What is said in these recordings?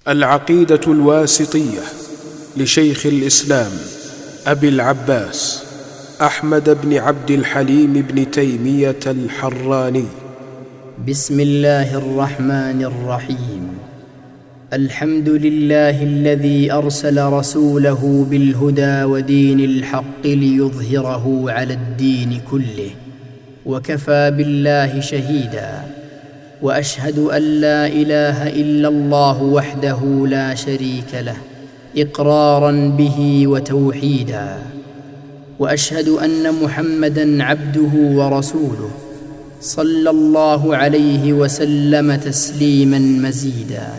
العقيدة الواسطية لشيخ الإسلام أبي العباس أحمد بن عبد الحليم بن تيمية الحراني. بسم الله الرحمن الرحيم. الحمد لله الذي أرسل رسوله بالهدى ودين الحق ليظهره على الدين كله، وكفى بالله شهيدا، وأشهد أن لا إله إلا الله وحده لا شريك له إقراراً به وتوحيداً، وأشهد أن محمداً عبده ورسوله صلى الله عليه وسلم تسليماً مزيداً.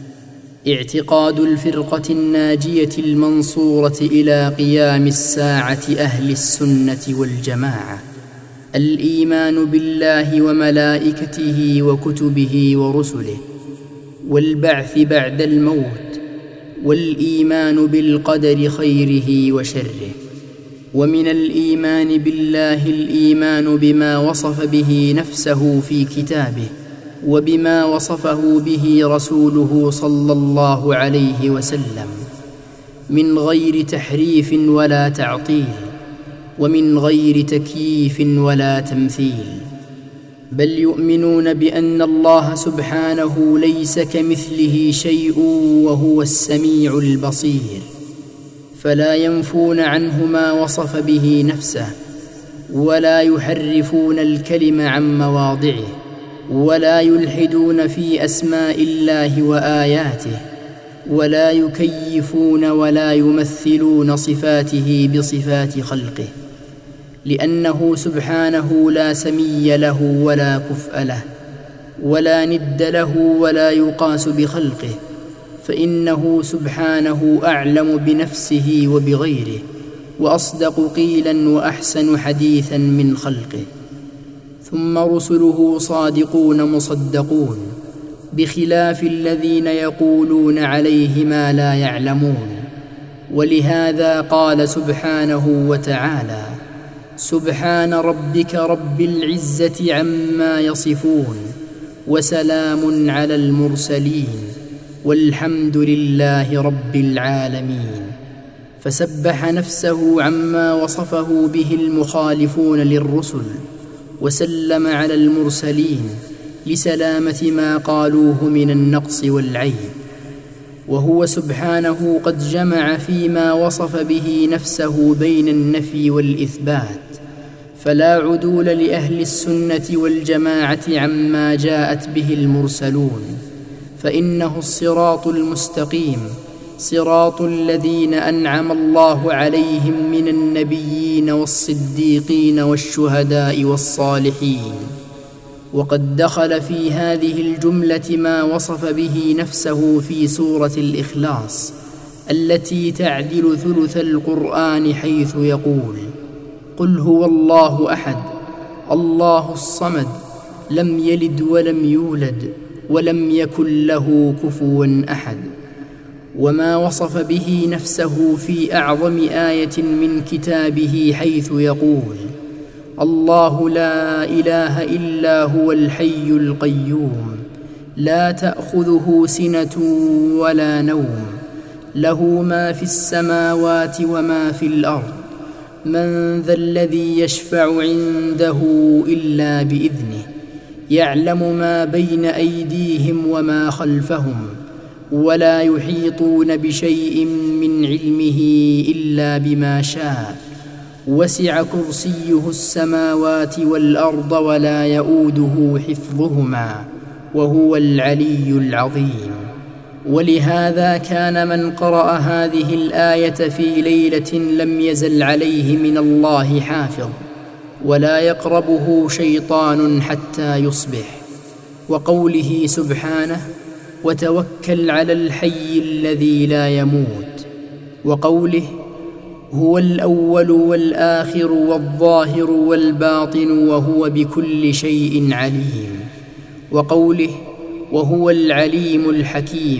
اعتقاد الفرقة الناجية المنصورة إلى قيام الساعة أهل السنة والجماعة الإيمان بالله وملائكته وكتبه ورسله، والبعث بعد الموت، والإيمان بالقدر خيره وشره. ومن الإيمان بالله الإيمان بما وصف به نفسه في كتابه، وبما وصفه به رسوله صلى الله عليه وسلم، من غير تحريف ولا تعطيل، ومن غير تكييف ولا تمثيل. بل يؤمنون بأن الله سبحانه ليس كمثله شيء وهو السميع البصير، فلا ينفون عنه ما وصف به نفسه، ولا يحرفون الكلم عن مواضعه، ولا يلحدون في أسماء الله وآياته، ولا يكيفون ولا يمثلون صفاته بصفات خلقه، لأنه سبحانه لا سمي له ولا كفء له، ولا ند له ولا يقاس بخلقه، فإنه سبحانه أعلم بنفسه وبغيره، وأصدق قيلا وأحسن حديثا من خلقه. ثم رسله صادقون مصدقون، بخلاف الذين يقولون عليه ما لا يعلمون. ولهذا قال سبحانه وتعالى: سبحان ربك رب العزة عما يصفون، وسلام على المرسلين، والحمد لله رب العالمين. فسبح نفسه عما وصفه به المخالفون للرسل، وسلم على المرسلين لسلامة ما قالوه من النقص والعيب. وهو سبحانه قد جمع فيما وصف به نفسه بين النفي والإثبات، فلا عدول لأهل السنة والجماعة عما جاءت به المرسلون، فإنه الصراط المستقيم، صراط الذين أنعم الله عليهم من النبيين والصديقين والشهداء والصالحين. وقد دخل في هذه الجملة ما وصف به نفسه في سورة الإخلاص التي تعدل ثلث القرآن، حيث يقول: قل هو الله أحد الله الصمد لم يلد ولم يولد ولم يكن له كفوا أحد. وما وصف به نفسه في أعظم آية من كتابه، حيث يقول: الله لا إله إلا هو الحي القيوم لا تأخذه سنة ولا نوم له ما في السماوات وما في الأرض من ذا الذي يشفع عنده إلا بإذنه يعلم ما بين أيديهم وما خلفهم ولا يحيطون بشيء من علمه إلا بما شاء وسع كرسيه السماوات والأرض ولا يؤوده حفظهما وهو العلي العظيم. ولهذا كان من قرأ هذه الآية في ليلة لم يزل عليه من الله حافظ، ولا يقربه شيطان حتى يصبح. وقوله سبحانه: وتوكل على الحي الذي لا يموت. وقوله: هو الأول والآخر والظاهر والباطن وهو بكل شيء عليم. وقوله: وهو العليم الحكيم،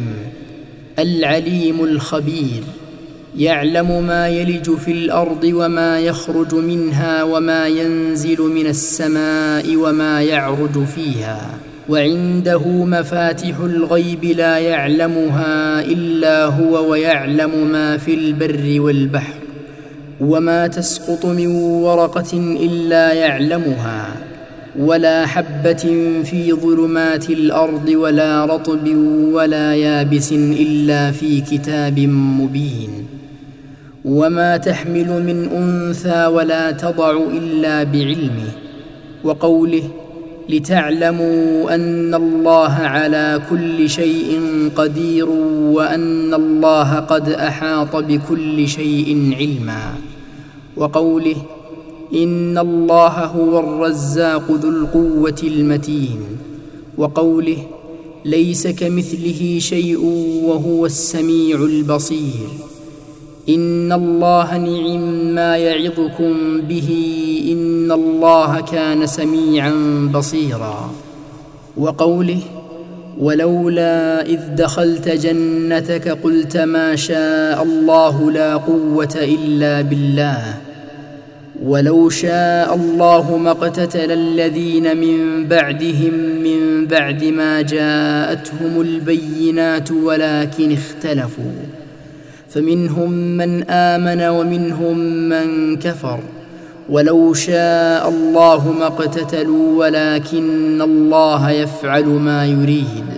العليم الخبير، يعلم ما يلج في الأرض وما يخرج منها وما ينزل من السماء وما يعرج فيها وعنده مفاتح الغيب لا يعلمها إلا هو ويعلم ما في البر والبحر وما تسقط من ورقة إلا يعلمها ولا حبة في ظلمات الأرض ولا رطب ولا يابس إلا في كتاب مبين وما تحمل من أنثى ولا تضع إلا بعلمه وقوله لتعلموا أن الله على كل شيء قدير وأن الله قد أحاط بكل شيء علما وقوله إن الله هو الرزاق ذو القوة المتين وقوله ليس كمثله شيء وهو السميع البصير إن الله نعم ما يعظكم به إن الله كان سميعا بصيرا وقوله ولولا إذ دخلت جنتك قلت ما شاء الله لا قوة إلا بالله ولو شاء الله ما اقتتل الذين من بعدهم من بعد ما جاءتهم البينات ولكن اختلفوا فمنهم من آمن ومنهم من كفر ولو شاء الله ما اقتتلوا ولكن الله يفعل ما يريد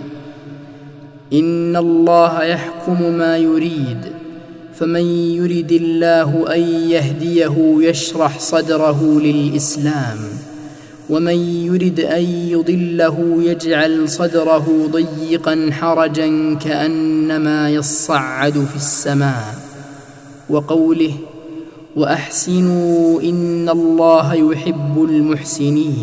إن الله يحكم ما يريد فمن يرد الله أن يهديه يشرح صدره للإسلام ومن يرد أن يضله يجعل صدره ضيقا حرجا كأنما يصعد في السماء وقوله وأحسنوا إن الله يحب المحسنين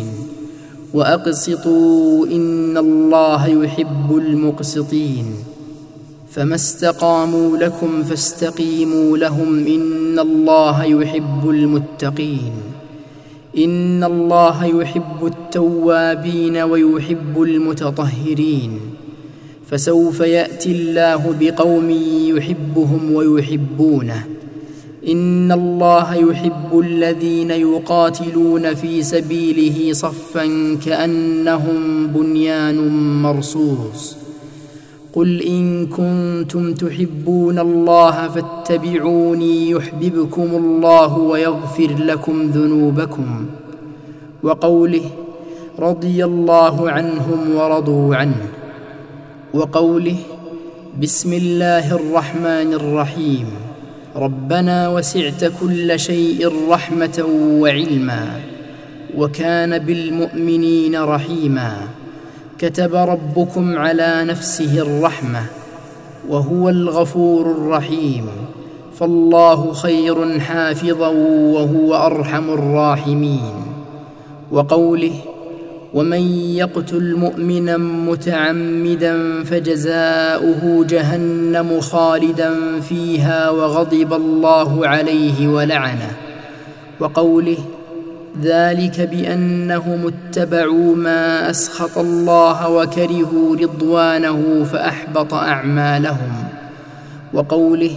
وأقسطوا إن الله يحب المقسطين فما استقاموا لكم فاستقيموا لهم إن الله يحب المتقين إن الله يحب التوابين ويحب المتطهرين فسوف يأتي الله بقوم يحبهم ويحبونه إن الله يحب الذين يقاتلون في سبيله صفا كأنهم بنيان مرصوص قل إن كنتم تحبون الله فاتبعوني يحببكم الله ويغفر لكم ذنوبكم وقوله رضي الله عنهم ورضوا عنه وقوله بسم الله الرحمن الرحيم ربنا وسعت كل شيء رحمة وعلما وكان بالمؤمنين رحيما كتب ربكم على نفسه الرحمة وهو الغفور الرحيم فالله خير حافظا وهو أرحم الراحمين وقوله ومن يقتل مؤمنا متعمدا فجزاؤه جهنم خالدا فيها وغضب الله عليه ولعنه وقوله ذلك بأنهم اتبعوا ما أسخط الله وكرهوا رضوانه فأحبط أعمالهم وقوله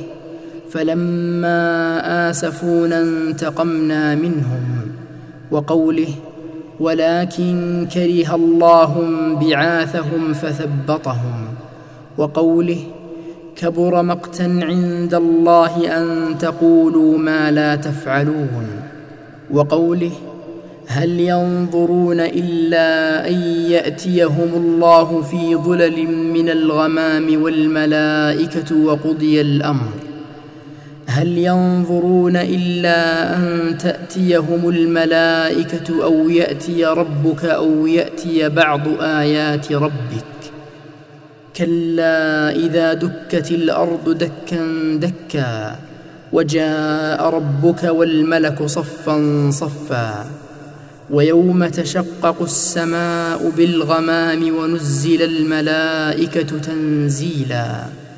فلما آسفونا انتقمنا منهم وقوله ولكن كره الله بعاثهم فثبطهم وقوله كبر مقتا عند الله أن تقولوا ما لا تفعلون وقوله هل ينظرون إلا أن يأتيهم الله في ظلل من الغمام والملائكة وقضي الأمر هل ينظرون إلا أن تأتيهم الملائكة أو يأتي ربك أو يأتي بعض آيات ربك كلا إذا دكت الأرض دكا دكا وجاء ربك والملك صفا صفا ويوم تشقق السماء بالغمام ونزل الملائكة تنزيلا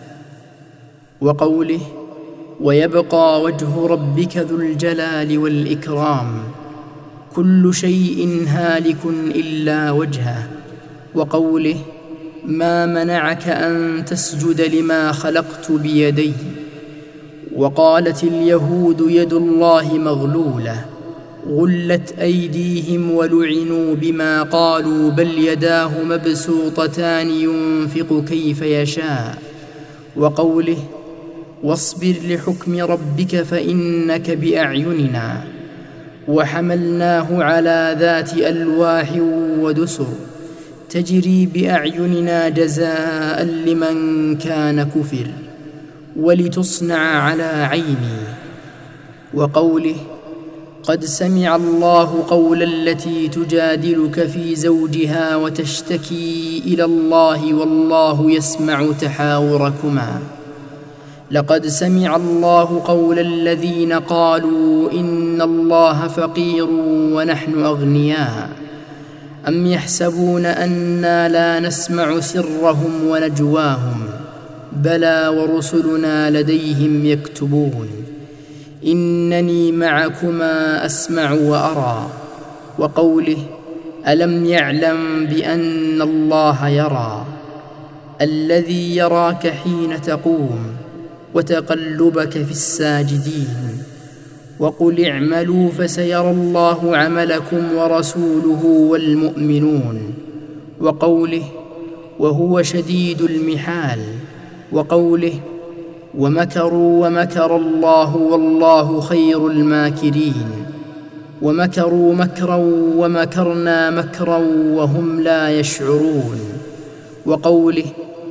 وقوله ويبقى وجه ربك ذو الجلال والإكرام كل شيء هالك إلا وجهه وقوله ما منعك أن تسجد لما خلقت بيدي وقالت اليهود يد الله مغلولة غلت أيديهم ولعنوا بما قالوا بل يداه مبسوطتان ينفق كيف يشاء. وقوله واصبر لحكم ربك فإنك بأعيننا. وحملناه على ذات ألواح ودسر تجري بأعيننا جزاء لمن كان كفر ولتصنع على عيني. وقوله قد سمع الله قول التي تجادلك في زوجها وتشتكي إلى الله والله يسمع تحاوركما. لقد سمع الله قول الذين قالوا إن الله فقير ونحن أغنياء أم يحسبون أنا لا نسمع سرهم ونجواهم بلى ورسلنا لديهم يكتبون إنني معكما أسمع وأرى. وقوله ألم يعلم بأن الله يرى الذي يراك حين تقوم وتقلبك في الساجدين. وقل اعملوا فسيرى الله عملكم ورسوله والمؤمنون. وقوله وهو شديد المحال. وقوله ومكروا ومكر الله والله خير الماكرين. ومكروا مكرا ومكرنا مكرا وهم لا يشعرون. وقوله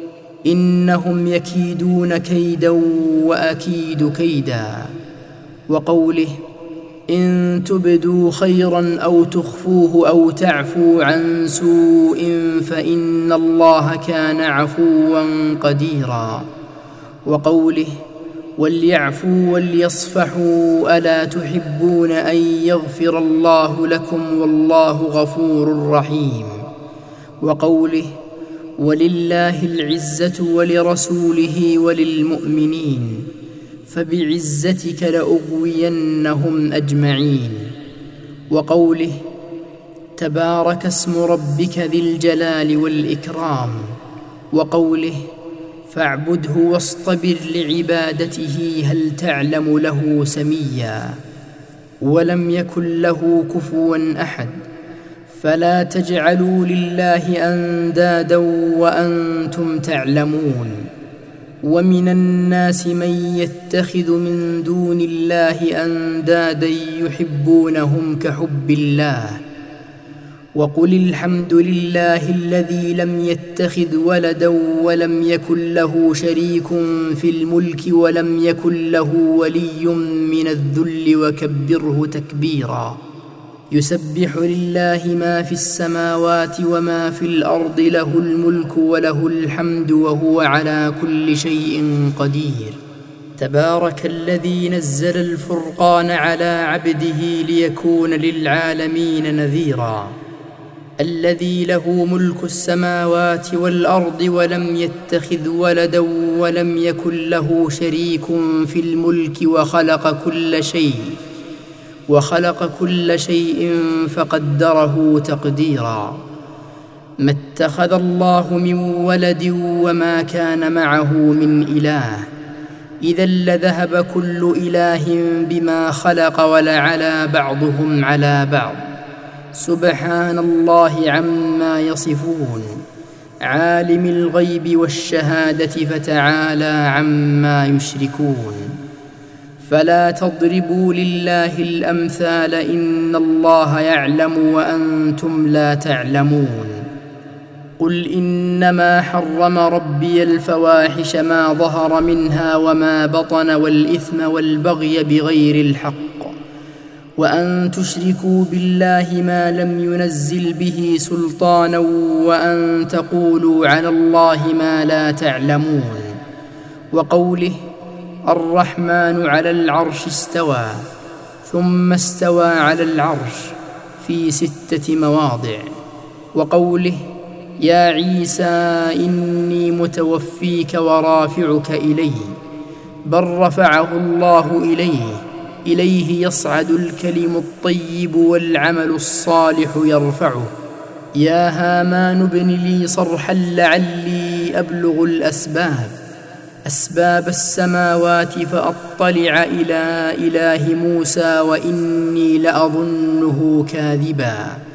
إنهم يكيدون كيدا وأكيد كيدا. وقوله إن تبدوا خيرا أو تخفوه أو تعفوا عن سوء فإن الله كان عفوا قديرا. وقوله وليعفوا وليصفحوا ألا تحبون أن يغفر الله لكم والله غفور رحيم. وقوله ولله العزة ولرسوله وللمؤمنين فبعزتك لأغوينهم أجمعين. وقوله تبارك اسم ربك ذي الجلال والإكرام. وقوله فاعبده واصطبر لعبادته هل تعلم له سميا. ولم يكن له كفوا أحد. فلا تجعلوا لله أندادا وأنتم تعلمون. ومن الناس من يتخذ من دون الله أندادا يحبونهم كحب الله. وقل الحمد لله الذي لم يتخذ ولدا ولم يكن له شريك في الملك ولم يكن له ولي من الذل وكبره تكبيرا. يسبح لله ما في السماوات وما في الأرض له الملك وله الحمد وهو على كل شيء قدير. تبارك الذي نزل الفرقان على عبده ليكون للعالمين نذيرا. الذي له ملك السماوات والأرض ولم يتخذ ولدا ولم يكن له شريك في الملك وخلق كل شيء فقدره تقديرا. ما اتخذ الله من ولد وما كان معه من إله إذا لذهب كل إله بما خلق ولعلى بعضهم على بعض سبحان الله عما يصفون. عالم الغيب والشهادة فتعالى عما يشركون. فلا تضربوا لله الأمثال إن الله يعلم وأنتم لا تعلمون. قل إنما حرم ربي الفواحش ما ظهر منها وما بطن والإثم والبغي بغير الحق وأن تشركوا بالله ما لم ينزل به سلطانا وأن تقولوا على الله ما لا تعلمون. وقوله الرحمن على العرش استوى ثم استوى على العرش في 6 مواضع. وقوله يا عيسى إني متوفيك ورافعك إلي بل رفعه الله إليه يصعد الكلم الطيب والعمل الصالح يرفعه. يا هامان ابن لي صرحا لعلي أبلغ الأسباب أسباب السماوات فأطلع إلى إله موسى وإني لأظنه كاذبا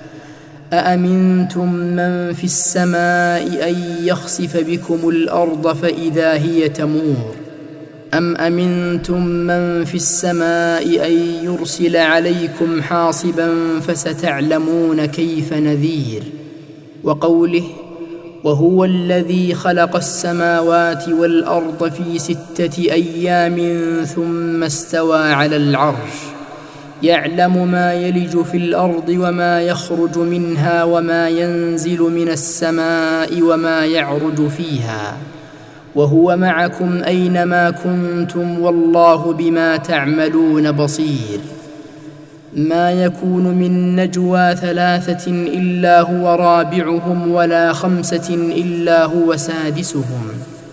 أأمنتم من في السماء أن يخسف بكم الأرض فإذا هي تمور أم أمنتم من في السماء أن يرسل عليكم حاصبا فستعلمون كيف نذير. وقوله وهو الذي خلق السماوات والأرض في 6 أيام ثم استوى على العرش يعلم ما يلج في الأرض وما يخرج منها وما ينزل من السماء وما يعرج فيها وهو معكم أينما كنتم والله بما تعملون بصير. ما يكون من نجوى 3 إلا هو رابعهم ولا 5 إلا هو سادسهم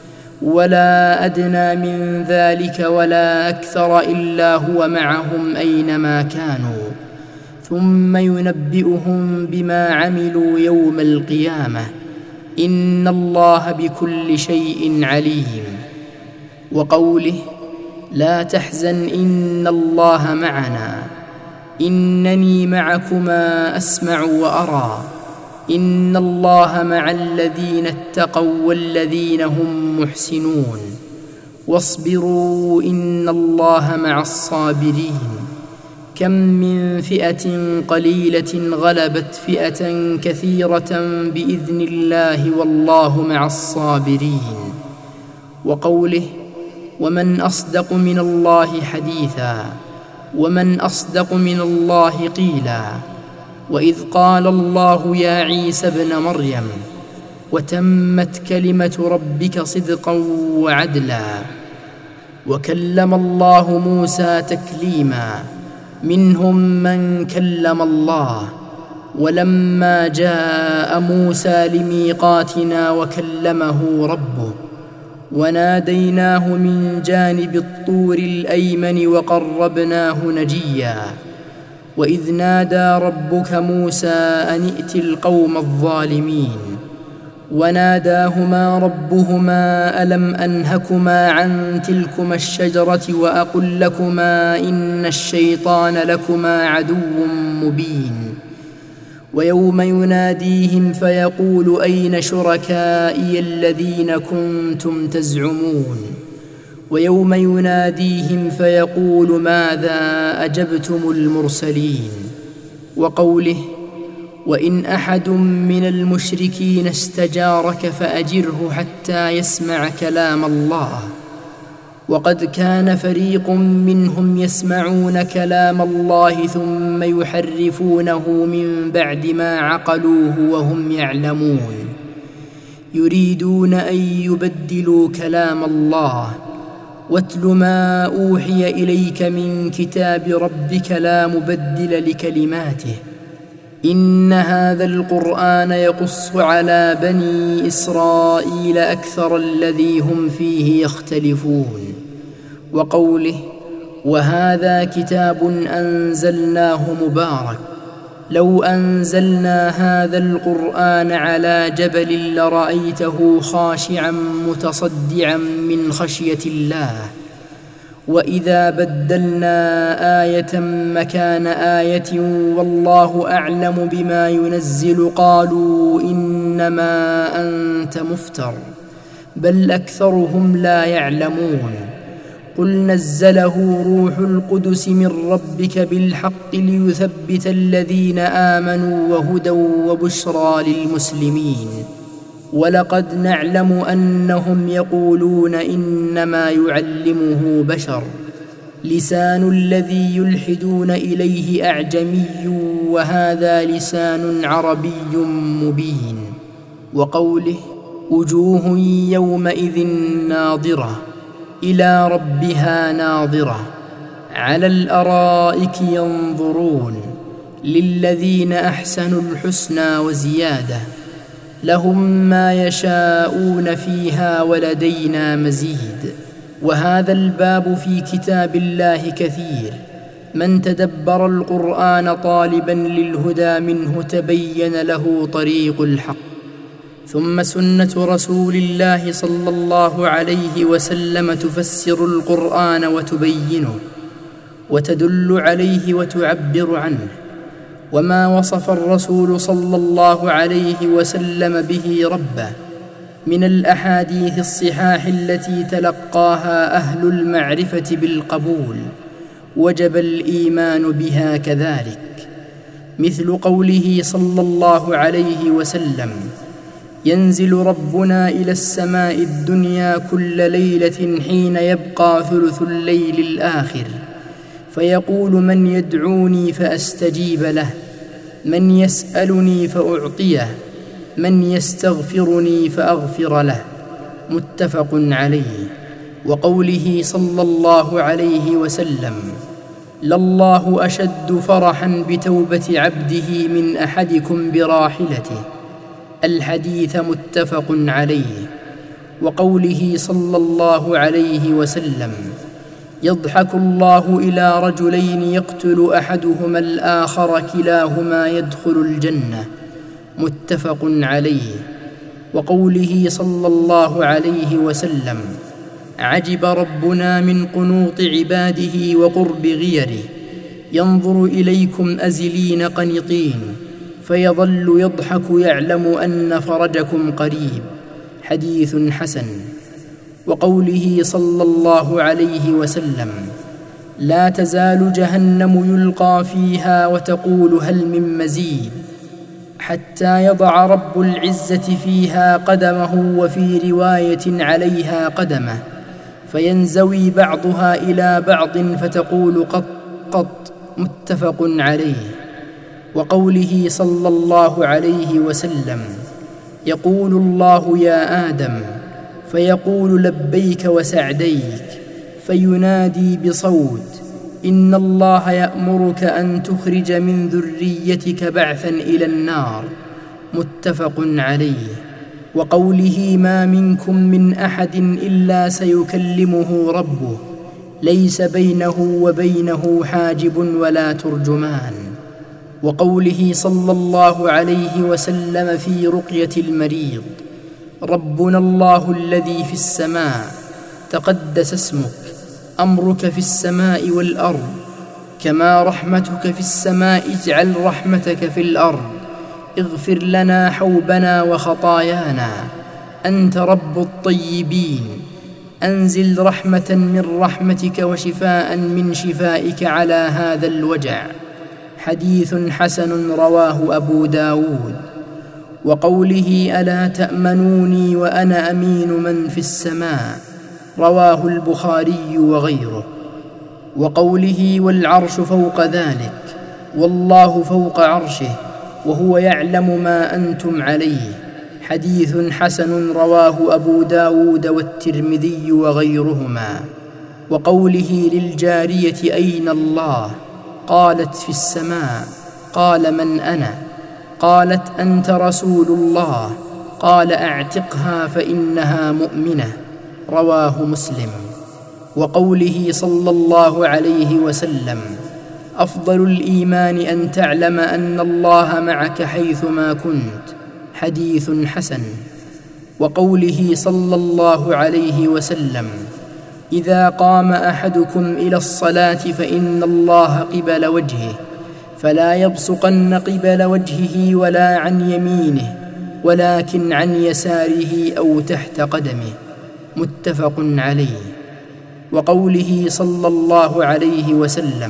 ولا أدنى من ذلك ولا أكثر إلا هو معهم أينما كانوا ثم ينبئهم بما عملوا يوم القيامة إن الله بكل شيء عليم. وقوله لا تحزن إن الله معنا إنني معكما أسمع وأرى إن الله مع الذين اتقوا والذين هم محسنون واصبروا إن الله مع الصابرين. كم من فئة قليلة غلبت فئة كثيرة بإذن الله والله مع الصابرين. وقوله ومن أصدق من الله حديثا ومن أصدق من الله قيلا. وإذ قال الله يا عيسى ابن مريم وتمت كلمة ربك صدقا وعدلا وكلم الله موسى تكليما منهم من كلم الله ولما جاء موسى لميقاتنا وكلمه ربه وناديناه من جانب الطور الأيمن وقربناه نجيا. وإذ نادى ربك موسى أن ائت القوم الظالمين وناداهما ربهما ألم أنهكما عن تلكما الشجرة وأقل لكما إن الشيطان لكما عدو مبين. ويوم يناديهم فيقول أين شركائي الذين كنتم تزعمون ويوم يناديهم فيقول ماذا أجبتم المرسلين. وقوله وإن أحد من المشركين استجارك فأجره حتى يسمع كلام الله وقد كان فريق منهم يسمعون كلام الله ثم يحرفونه من بعد ما عقلوه وهم يعلمون يريدون أن يبدلوا كلام الله واتل ما أوحي إليك من كتاب ربك لا مبدل لكلماته إن هذا القرآن يقص على بني إسرائيل أكثر الذي هم فيه يختلفون. وقوله وهذا كتاب أنزلناه مبارك لو أنزلنا هذا القرآن على جبل لرأيته خاشعا متصدعا من خشية الله وإذا بدلنا آية مكان آية والله أعلم بما ينزل قالوا إنما أنت مفتر بل أكثرهم لا يعلمون قل نزله روح القدس من ربك بالحق ليثبت الذين آمنوا وهدى وبشرى للمسلمين ولقد نعلم أنهم يقولون إنما يعلمه بشر لسان الذي يلحدون إليه أعجمي وهذا لسان عربي مبين. وقوله وجوه يومئذ ناظرة إلى ربها ناظرة على الأرائك ينظرون للذين أحسنوا الحسنى وزيادة لهم ما يشاءون فيها ولدينا مزيد. وهذا الباب في كتاب الله كثير من تدبر القرآن طالبا للهدى منه تبين له طريق الحق ثم سنة رسول الله صلى الله عليه وسلم تفسر القرآن وتبينه وتدل عليه وتعبر عنه، وما وصف الرسول صلى الله عليه وسلم به ربه من الأحاديث الصحاح التي تلقاها أهل المعرفة بالقبول، وجب الإيمان بها كذلك، مثل قوله صلى الله عليه وسلم: ينزل ربنا إلى السماء الدنيا كل ليلة حين يبقى ثلث الليل الآخر، فيقول: من يدعوني فأستجيب له، من يسألني فأعطيه، من يستغفرني فأغفر له، متفق عليه. وقوله صلى الله عليه وسلم: لله أشد فرحا بتوبة عبده من أحدكم براحلته، الحديث متفق عليه. وقوله صلى الله عليه وسلم: يضحك الله إلى رجلين يقتل أحدهما الآخر كلاهما يدخل الجنة، متفق عليه. وقوله صلى الله عليه وسلم: عجب ربنا من قنوط عباده وقرب غيره، ينظر إليكم أزلين قنطين، فيظل يضحك يعلم أن فرجكم قريب، حديث حسن. وقوله صلى الله عليه وسلم: لا تزال جهنم يلقى فيها وتقول هل من مزيد، حتى يضع رب العزة فيها قدمه، وفي رواية عليها قدمه، فينزوي بعضها إلى بعض فتقول قط قط، متفق عليه. وقوله صلى الله عليه وسلم: يقول الله يا آدم، فيقول لبيك وسعديك، فينادي بصوت: إن الله يأمرك أن تخرج من ذريتك بعثا إلى النار، متفق عليه. وقوله: ما منكم من أحد إلا سيكلمه ربه، ليس بينه وبينه حاجب ولا ترجمان. وقوله صلى الله عليه وسلم في رقية المريض: ربنا الله الذي في السماء، تقدس اسمك، أمرك في السماء والأرض، كما رحمتك في السماء اجعل رحمتك في الأرض، اغفر لنا حوبنا وخطايانا، أنت رب الطيبين، أنزل رحمة من رحمتك وشفاء من شفائك على هذا الوجع، حديث حسن رواه أبو داود. وقوله: ألا تأمنوني وأنا أمين من في السماء، رواه البخاري وغيره. وقوله: والعرش فوق ذلك، والله فوق عرشه، وهو يعلم ما أنتم عليه، حديث حسن رواه أبو داود والترمذي وغيرهما. وقوله للجارية: أين الله؟ قالت: في السماء. قال: من أنا؟ قالت: أنت رسول الله. قال: أعتقها فإنها مؤمنة، رواه مسلم. وقوله صلى الله عليه وسلم: أفضل الإيمان أن تعلم أن الله معك حيثما كنت، حديث حسن. وقوله صلى الله عليه وسلم: إذا قام أحدكم إلى الصلاة فإن الله قبل وجهه، فلا يبصقن قبل وجهه ولا عن يمينه، ولكن عن يساره أو تحت قدمه، متفق عليه. وقوله صلى الله عليه وسلم: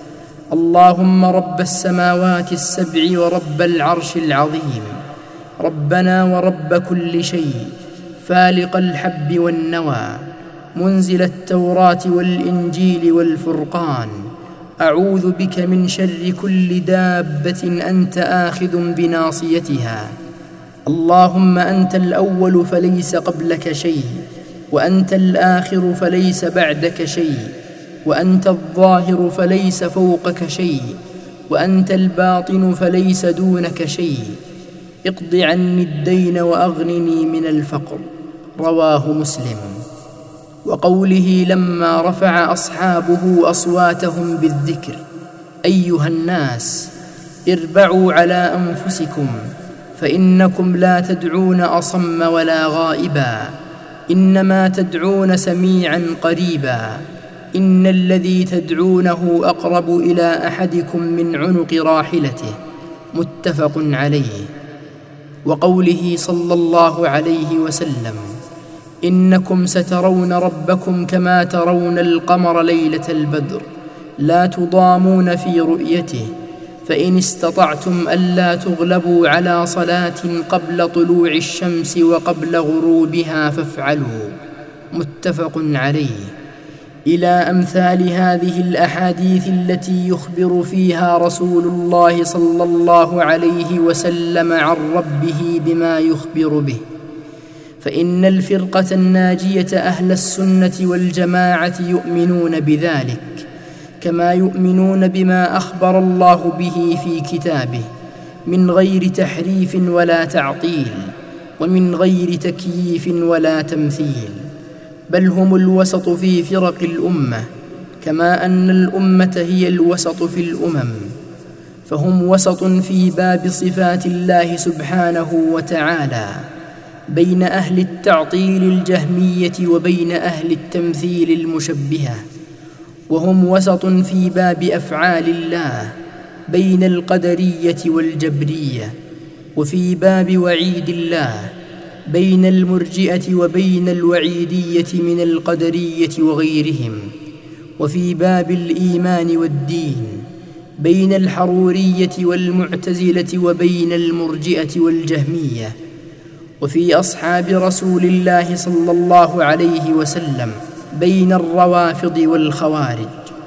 اللهم رب السماوات السبع ورب العرش العظيم، ربنا ورب كل شيء، فالق الحب والنوى، منزل التوراة والإنجيل والفرقان، أعوذ بك من شر كل دابة أنت آخذ بناصيتها. اللهم أنت الأول فليس قبلك شيء، وأنت الآخر فليس بعدك شيء، وأنت الظاهر فليس فوقك شيء، وأنت الباطن فليس دونك شيء، اقض عني الدين وأغنني من الفقر، رواه مسلم. وقوله لما رفع أصحابه أصواتهم بالذكر: أيها الناس اربعوا على أنفسكم، فإنكم لا تدعون أصم ولا غائبا، إنما تدعون سميعا قريبا. إن الذي تدعونه أقرب إلى أحدكم من عنق راحلته. متفق عليه. وقوله صلى الله عليه وسلم: إنكم سترون ربكم كما ترون القمر ليلة البدر لا تضامون في رؤيته، فإن استطعتم ألا تغلبوا على صلاة قبل طلوع الشمس وقبل غروبها فافعلوا. متفق عليه. إلى أمثال هذه الأحاديث التي يخبر فيها رسول الله صلى الله عليه وسلم عن ربه بما يخبر به. فإن الفرقة الناجية أهل السنة والجماعة يؤمنون بذلك، كما يؤمنون بما أخبر الله به في كتابه من غير تحريف ولا تعطيل، ومن غير تكييف ولا تمثيل، بل هم الوسط في فرق الأمة، كما أن الأمة هي الوسط في الأمم. فهم وسط في باب صفات الله سبحانه وتعالى، بين أهل التعطيل الجهمية وبين أهل التمثيل المشبهة. وهم وسط في باب أفعال الله، بين القدرية والجبرية. وفي باب وعيد الله، بين المرجئة وبين الوعيدية من القدرية وغيرهم. وفي باب الإيمان والدين، بين الحرورية والمعتزلة وبين المرجئة والجهمية. وفي أصحاب رسول الله صلى الله عليه وسلم بين الروافض والخوارج.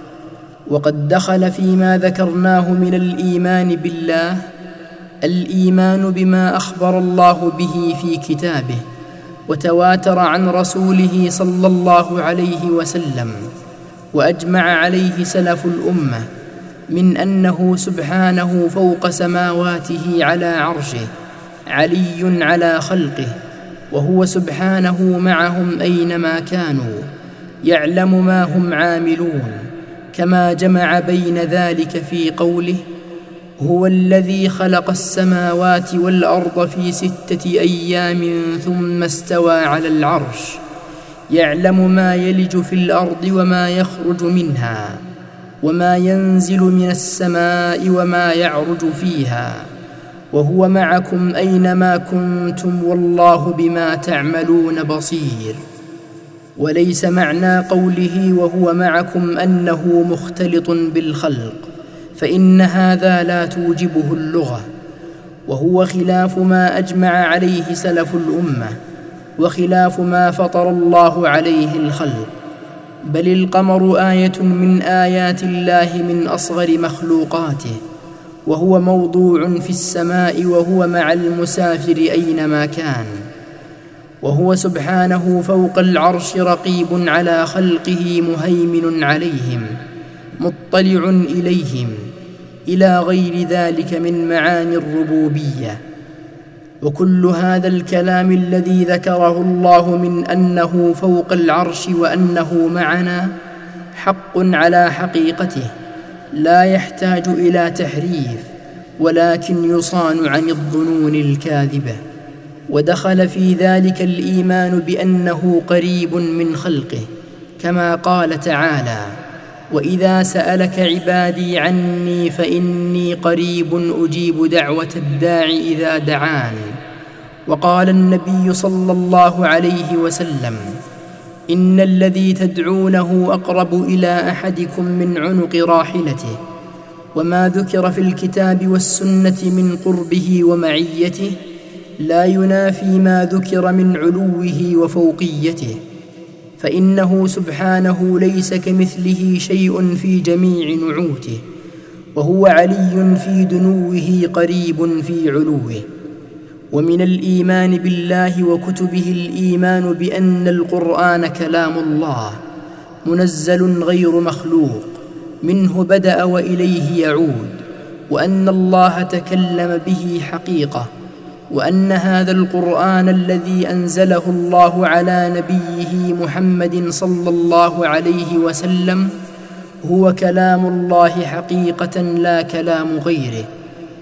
وقد دخل فيما ذكرناه من الإيمان بالله الإيمان بما أخبر الله به في كتابه وتواتر عن رسوله صلى الله عليه وسلم، وأجمع عليه سلف الأمة، من أنه سبحانه فوق سماواته على عرشه، علي على خلقه، وهو سبحانه معهم أينما كانوا، يعلم ما هم عاملون، كما جمع بين ذلك في قوله: هو الذي خلق السماوات والأرض في 6 أيام ثم استوى على العرش، يعلم ما يلج في الأرض وما يخرج منها، وما ينزل من السماء وما يعرج فيها، وهو معكم أينما كنتم والله بما تعملون بصير. وليس معنى قوله وهو معكم أنه مختلط بالخلق، فإن هذا لا توجبه اللغة، وهو خلاف ما أجمع عليه سلف الأمة، وخلاف ما فطر الله عليه الخلق. بل القمر آية من آيات الله من أصغر مخلوقاته، وهو موضوع في السماء، وهو مع المسافر أينما كان. وهو سبحانه فوق العرش رقيب على خلقه مهيمن عليهم مطلع إليهم، إلى غير ذلك من معاني الربوبية. وكل هذا الكلام الذي ذكره الله من أنه فوق العرش وأنه معنا حق على حقيقته، لا يحتاج إلى تحريف، ولكن يصان عن الظنون الكاذبة. ودخل في ذلك الإيمان بأنه قريب من خلقه، كما قال تعالى: وإذا سألك عبادي عني فإني قريب أجيب دعوة الداع إذا دعان. وقال النبي صلى الله عليه وسلم: إن الذي تدعونه أقرب إلى أحدكم من عنق راحلته. وما ذكر في الكتاب والسنة من قربه ومعيته لا ينافي ما ذكر من علوه وفوقيته، فإنه سبحانه ليس كمثله شيء في جميع نعوته، وهو علي في دنوه قريب في علوه. ومن الإيمان بالله وكتبه الإيمان بأن القرآن كلام الله منزل غير مخلوق، منه بدأ وإليه يعود، وأن الله تكلم به حقيقة، وأن هذا القرآن الذي أنزله الله على نبيه محمد صلى الله عليه وسلم هو كلام الله حقيقة لا كلام غيره.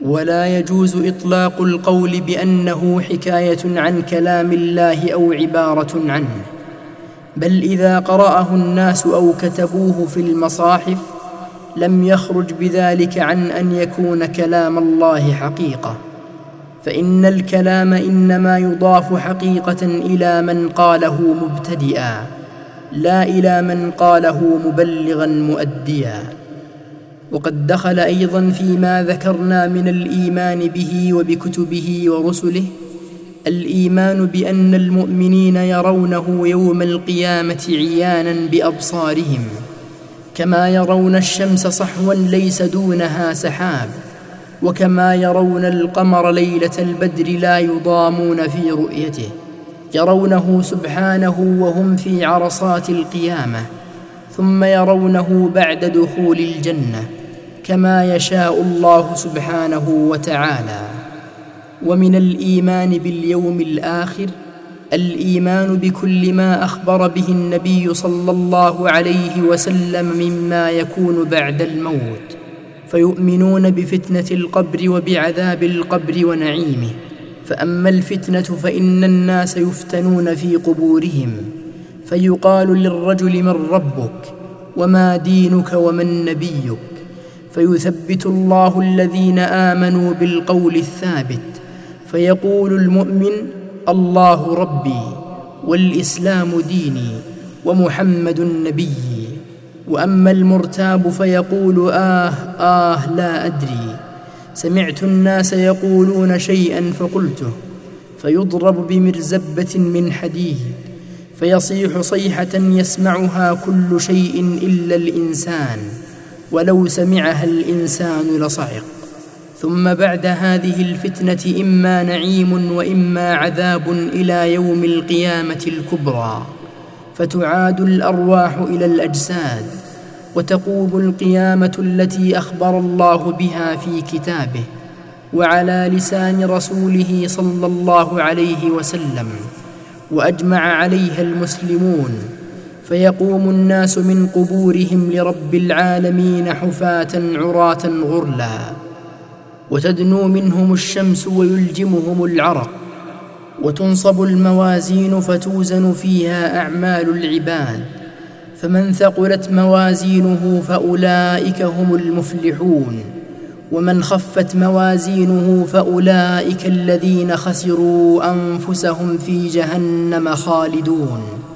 ولا يجوز إطلاق القول بأنه حكاية عن كلام الله أو عبارة عنه، بل إذا قرأه الناس أو كتبوه في المصاحف لم يخرج بذلك عن أن يكون كلام الله حقيقة، فإن الكلام إنما يضاف حقيقة إلى من قاله مبتدئا، لا إلى من قاله مبلغا مؤديا. وقد دخل أيضا فيما ذكرنا من الإيمان به وبكتبه ورسله الإيمان بأن المؤمنين يرونه يوم القيامة عيانا بأبصارهم، كما يرون الشمس صحوا ليس دونها سحاب، وكما يرون القمر ليلة البدر لا يضامون في رؤيته، يرونه سبحانه وهم في عرصات القيامة، ثم يرونه بعد دخول الجنة كما يشاء الله سبحانه وتعالى. ومن الإيمان باليوم الآخر الإيمان بكل ما أخبر به النبي صلى الله عليه وسلم مما يكون بعد الموت، فيؤمنون بفتنة القبر وبعذاب القبر ونعيمه. فأما الفتنة فإن الناس يفتنون في قبورهم، فيقال للرجل من ربك وما دينك ومن نبيك، فيثبت الله الذين آمنوا بالقول الثابت، فيقول المؤمن الله ربي والإسلام ديني ومحمد نبيي. وأما المرتاب فيقول لا أدري، سمعت الناس يقولون شيئا فقلته، فيضرب بمرزبة من حديد فيصيح صيحة يسمعها كل شيء إلا الإنسان، ولو سمعها الإنسان لصعق. ثم بعد هذه الفتنة إما نعيم وإما عذاب إلى يوم القيامة الكبرى، فتعاد الأرواح إلى الأجساد، وتقوم القيامة التي أخبر الله بها في كتابه وعلى لسان رسوله صلى الله عليه وسلم، وأجمع عليها المسلمون، فيقوم الناس من قبورهم لرب العالمين حفاة عراة غرلا، وتدنو منهم الشمس ويلجمهم العرق، وتنصب الموازين فتوزن فيها أعمال العباد، فمن ثقلت موازينه فأولئك هم المفلحون، ومن خفت موازينه فأولئك الذين خسروا أنفسهم في جهنم خالدون.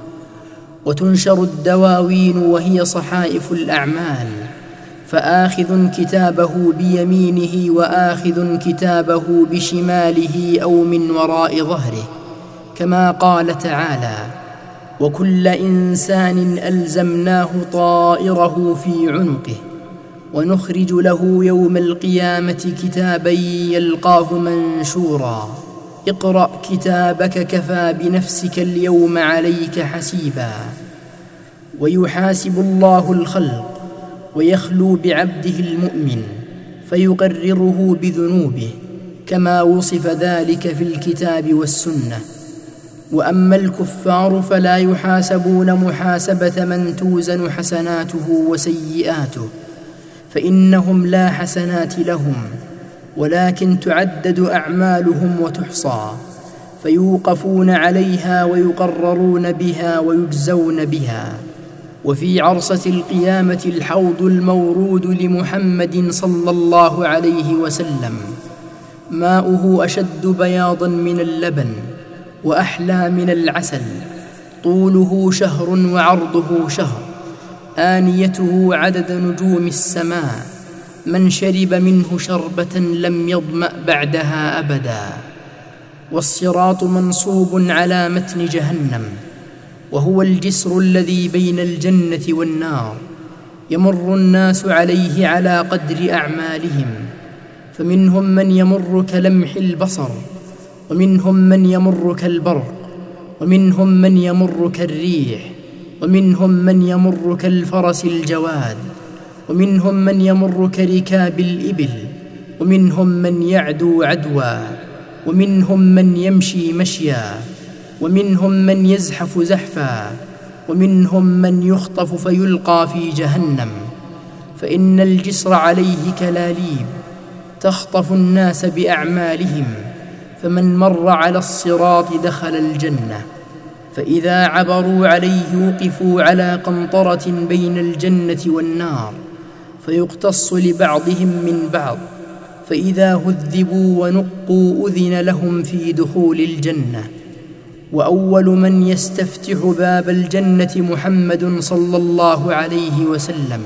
وتنشر الدواوين وهي صحائف الأعمال، فآخذ كتابه بيمينه وآخذ كتابه بشماله أو من وراء ظهره، كما قال تعالى: وكل إنسان ألزمناه طائره في عنقه ونخرج له يوم القيامة كتابا يلقاه منشورا اقرأ كتابك كفى بنفسك اليوم عليك حسيبا. ويحاسب الله الخلق ويخلو بعبده المؤمن فيقرره بذنوبه، كما وصف ذلك في الكتاب والسنة. وأما الكفار فلا يحاسبون محاسبة من توزن حسناته وسيئاته، فإنهم لا حسنات لهم، ولكن تعدد أعمالهم وتحصى، فيوقفون عليها ويقررون بها ويجزون بها. وفي عرصة القيامة الحوض المورود لمحمد صلى الله عليه وسلم، ماؤه أشد بياضا من اللبن وأحلى من العسل، طوله شهر وعرضه شهر، آنيته عدد نجوم السماء، من شرب منه شربة لم يظمأ بعدها أبدا. والصراط منصوب على متن جهنم، وهو الجسر الذي بين الجنة والنار، يمر الناس عليه على قدر أعمالهم، فمنهم من يمر كلمح البصر، ومنهم من يمر كالبرق، ومنهم من يمر كالريح، ومنهم من يمر كالفرس الجواد، ومنهم من يمر كركاب الإبل، ومنهم من يعدو عدوا، ومنهم من يمشي مشيا، ومنهم من يزحف زحفا، ومنهم من يخطف فيلقى في جهنم، فإن الجسر عليه كلاليب، تخطف الناس بأعمالهم، فمن مر على الصراط دخل الجنة، فإذا عبروا عليه وقفوا على قنطرة بين الجنة والنار، فيقتص لبعضهم من بعض، فإذا هذبوا ونقوا أذن لهم في دخول الجنة. وأول من يستفتح باب الجنة محمد صلى الله عليه وسلم،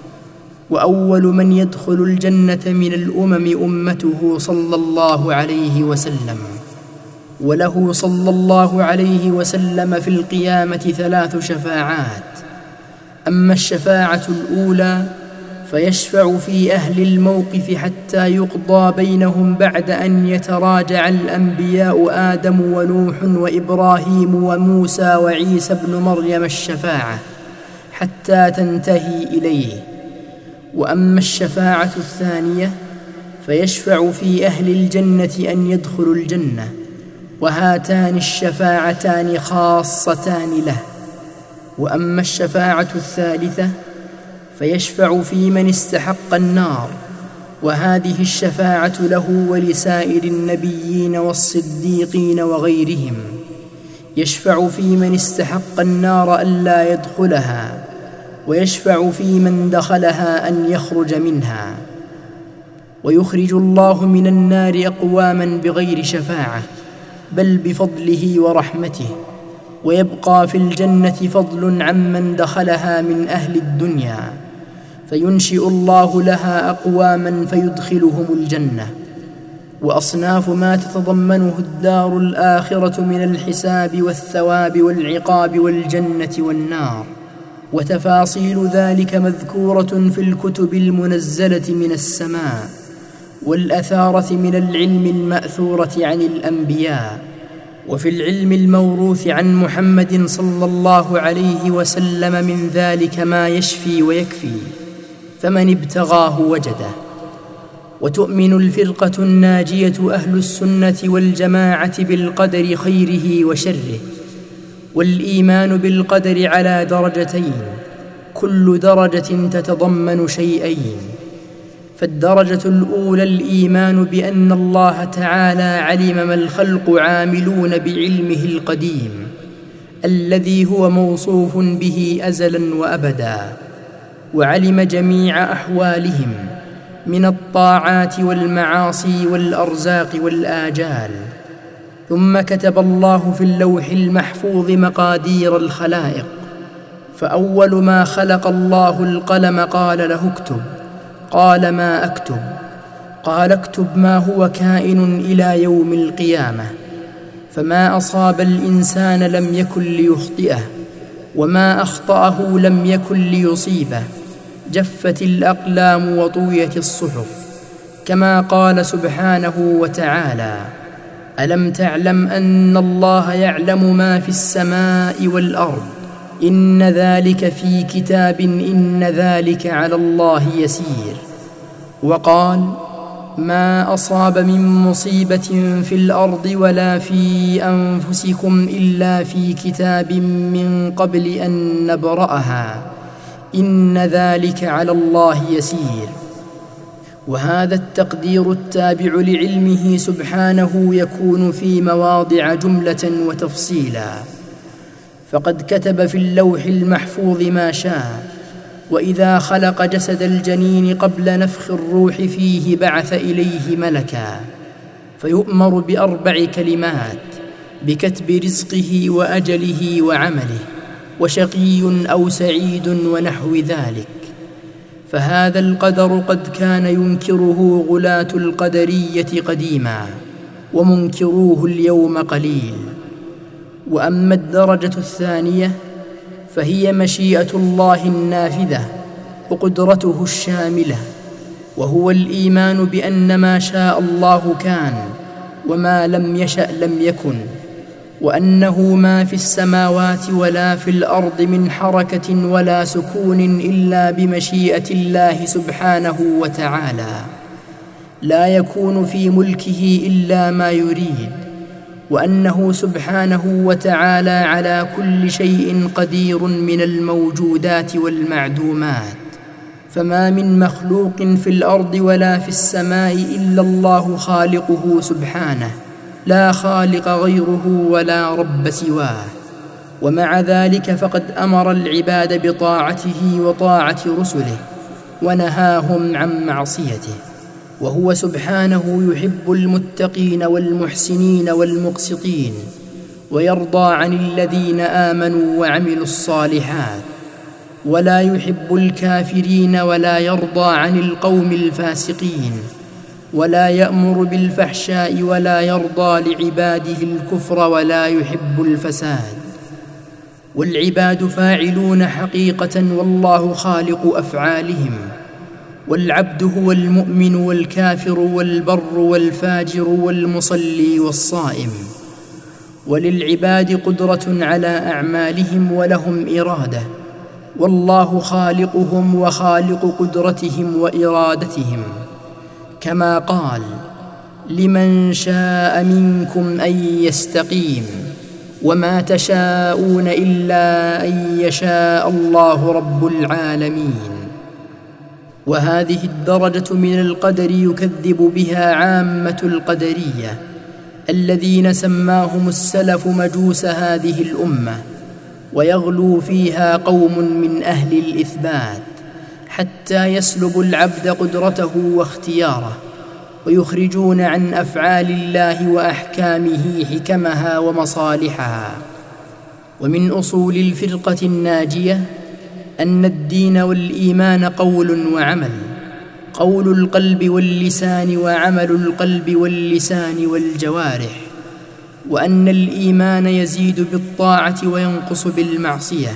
وأول من يدخل الجنة من الأمم أمته صلى الله عليه وسلم. وله صلى الله عليه وسلم في القيامة 3 شفاعات. أما الشفاعة الأولى فيشفع في أهل الموقف حتى يقضى بينهم بعد أن يتراجع الأنبياء آدم ونوح وإبراهيم وموسى وعيسى ابن مريم الشفاعة حتى تنتهي إليه. وأما الشفاعة الثانية فيشفع في أهل الجنة أن يدخلوا الجنة، وهاتان الشفاعتان خاصتان له. وأما الشفاعة الثالثة فيشفع في من استحق النار، وهذه الشفاعة له ولسائر النبيين والصديقين وغيرهم. يشفع في من استحق النار ألا يدخلها، ويشفع في من دخلها أن يخرج منها. ويخرج الله من النار أقواما بغير شفاعة، بل بفضله ورحمته، ويبقى في الجنة فضل عمن دخلها من أهل الدنيا، فينشئ الله لها أقواما فيدخلهم الجنة. وأصناف ما تتضمنه الدار الآخرة من الحساب والثواب والعقاب والجنة والنار، وتفاصيل ذلك مذكورة في الكتب المنزلة من السماء، والأثارة من العلم المأثورة عن الأنبياء، وفي العلم الموروث عن محمد صلى الله عليه وسلم من ذلك ما يشفي ويكفي، فمن ابتغاه وجده. وتؤمن الفرقة الناجية أهل السنة والجماعة بالقدر خيره وشره. والإيمان بالقدر على درجتين، كل درجة تتضمن شيئين. فالدرجة الأولى الإيمان بأن الله تعالى علم ما الخلق عاملون بعلمه القديم الذي هو موصوف به أزلا وأبدا، وعلم جميع أحوالهم من الطاعات والمعاصي والأرزاق والآجال. ثم كتب الله في اللوح المحفوظ مقادير الخلائق، فأول ما خلق الله القلم قال له اكتب، قال ما أكتب؟ قال اكتب ما هو كائن إلى يوم القيامة، فما أصاب الإنسان لم يكن ليخطئه، وما أخطأه لم يكن ليصيبه. جفت الأقلام وطويت الصحف، كما قال سبحانه وتعالى: ألم تعلم أن الله يعلم ما في السماء والأرض، إن ذلك في كتاب، إن ذلك على الله يسير. وقال: ما أصاب من مصيبة في الأرض ولا في أنفسكم إلا في كتاب من قبل أن نبرأها، إن ذلك على الله يسير. وهذا التقدير التابع لعلمه سبحانه يكون في مواضع جملة وتفصيلا، فقد كتب في اللوح المحفوظ ما شاء. وإذا خلق جسد الجنين قبل نفخ الروح فيه بعث إليه ملكا، فيؤمر ب4 كلمات بكتب رزقه وأجله وعمله، وشقي أو سعيد ونحو ذلك. فهذا القدر قد كان ينكره غلاة القدرية قديما، ومنكروه اليوم قليل. وأما الدرجة الثانية فهي مشيئة الله النافذة وقدرته الشاملة، وهو الإيمان بأن ما شاء الله كان، وما لم يشأ لم يكن، وأنه ما في السماوات ولا في الأرض من حركة ولا سكون إلا بمشيئة الله سبحانه وتعالى، لا يكون في ملكه إلا ما يريد، وأنه سبحانه وتعالى على كل شيء قدير من الموجودات والمعدومات. فما من مخلوق في الأرض ولا في السماء إلا الله خالقه سبحانه، لا خالق غيره ولا رب سواه. ومع ذلك فقد أمر العباد بطاعته وطاعة رسله، ونهاهم عن معصيته، وهو سبحانه يحب المتقين والمحسنين والمقسطين، ويرضى عن الذين آمنوا وعملوا الصالحات، ولا يحب الكافرين ولا يرضى عن القوم الفاسقين، ولا يأمر بالفحشاء ولا يرضى لعباده الكفر ولا يحب الفساد. والعباد فاعلون حقيقة، والله خالق أفعالهم، والعبد هو المؤمن والكافر والبر والفاجر والمصلي والصائم. وللعباد قدرة على أعمالهم ولهم إرادة، والله خالقهم وخالق قدرتهم وإرادتهم، كما قال: لمن شاء منكم أن يستقيم، وما تشاءون إلا أن يشاء الله رب العالمين. وهذه الدرجة من القدر يكذب بها عامة القدرية الذين سماهم السلف مجوس هذه الأمة، ويغلو فيها قوم من أهل الإثبات حتى يسلب العبد قدرته واختياره، ويخرجون عن أفعال الله وأحكامه حكمها ومصالحها. ومن أصول الفرقة الناجية أن الدين والإيمان قول وعمل، قول القلب واللسان وعمل القلب واللسان والجوارح، وأن الإيمان يزيد بالطاعة وينقص بالمعصية.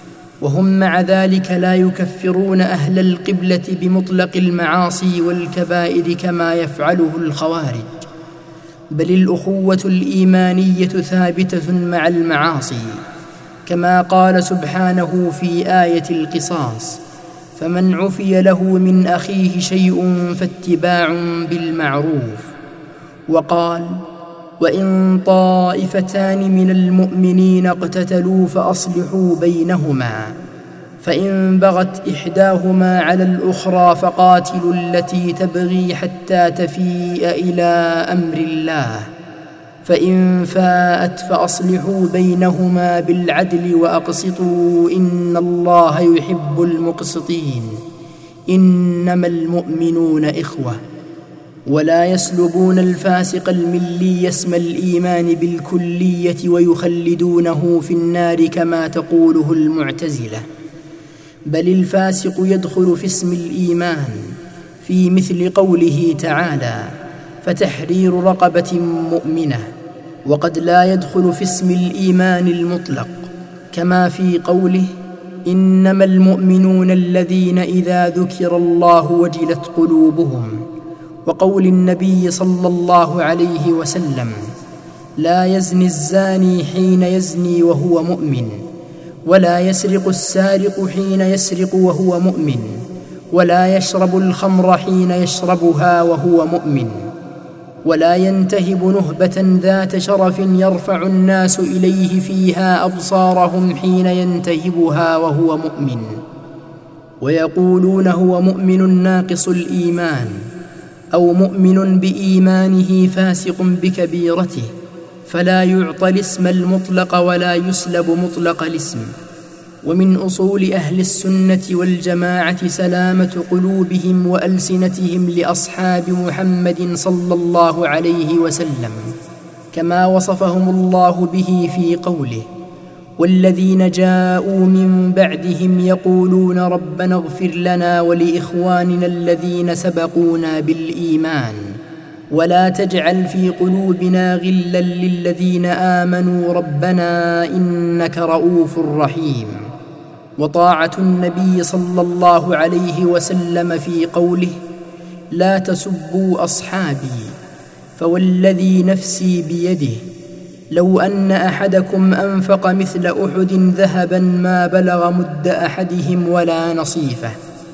وهم مع ذلك لا يكفرون أهل القبلة بمطلق المعاصي والكبائر كما يفعله الخوارج، بل الأخوة الإيمانية ثابتة مع المعاصي، كما قال سبحانه في آية القصاص: فمن عفي له من أخيه شيء فاتباع بالمعروف. وقال: وإن طائفتان من المؤمنين اقتتلوا فأصلحوا بينهما، فإن بغت إحداهما على الأخرى فقاتلوا التي تبغي حتى تفيء إلى أمر الله، فإن فاءت فأصلحوا بينهما بالعدل وأقسطوا إن الله يحب المقسطين، إنما المؤمنون إخوة. ولا يسلبون الفاسق الملي اسم الإيمان بالكلية ويخلدونه في النار كما تقوله المعتزلة، بل الفاسق يدخل في اسم الإيمان في مثل قوله تعالى: فتحرير رقبة مؤمنة، وقد لا يدخل في اسم الإيمان المطلق، كما في قوله: إنما المؤمنون الذين إذا ذكر الله وجلت قلوبهم، وقول النبي صلى الله عليه وسلم: لا يزني الزاني حين يزني وهو مؤمن، ولا يسرق السارق حين يسرق وهو مؤمن، ولا يشرب الخمر حين يشربها وهو مؤمن، ولا ينتهب نهبة ذات شرف يرفع الناس إليه فيها أبصارهم حين ينتهبها وهو مؤمن. ويقولون هو مؤمن ناقص الإيمان، أو مؤمن بإيمانه فاسق بكبيرته، فلا يعطى الاسم المطلق ولا يسلب مطلق الاسم. ومن أصول أهل السنة والجماعة سلامة قلوبهم وألسنتهم لأصحاب محمد صلى الله عليه وسلم، كما وصفهم الله به في قوله: والذين جاءوا من بعدهم يقولون ربنا اغفر لنا ولإخواننا الذين سبقونا بالإيمان ولا تجعل في قلوبنا غلا للذين آمنوا ربنا إنك رؤوف رحيم. وطاعة النبي صلى الله عليه وسلم في قوله: لا تسبوا أصحابي فوالذي نفسي بيده لو أن أحدكم أنفق مثل أحد ذهبا ما بلغ مد أحدهم ولا نصيفه.